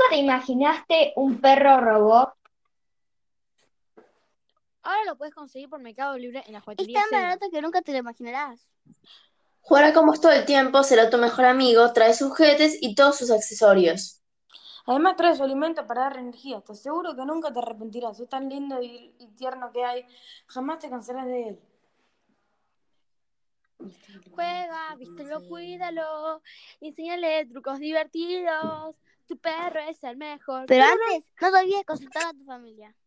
te imaginaste un perro robot? Ahora lo puedes conseguir por Mercado Libre en la Es juguetería tan Zelda. barato que nunca te lo imaginarás. Jugar a Como es todo el tiempo será tu mejor amigo, trae sus juguetes y todos sus accesorios. Además trae su alimento para dar energía. Te aseguro que nunca te arrepentirás. Es tan lindo y tierno que hay. Jamás te cansarás de él. Juega, vístelo, cuídalo, enséñale trucos divertidos. Tu perro es el mejor. Pero antes, no te olvides consultar a tu familia.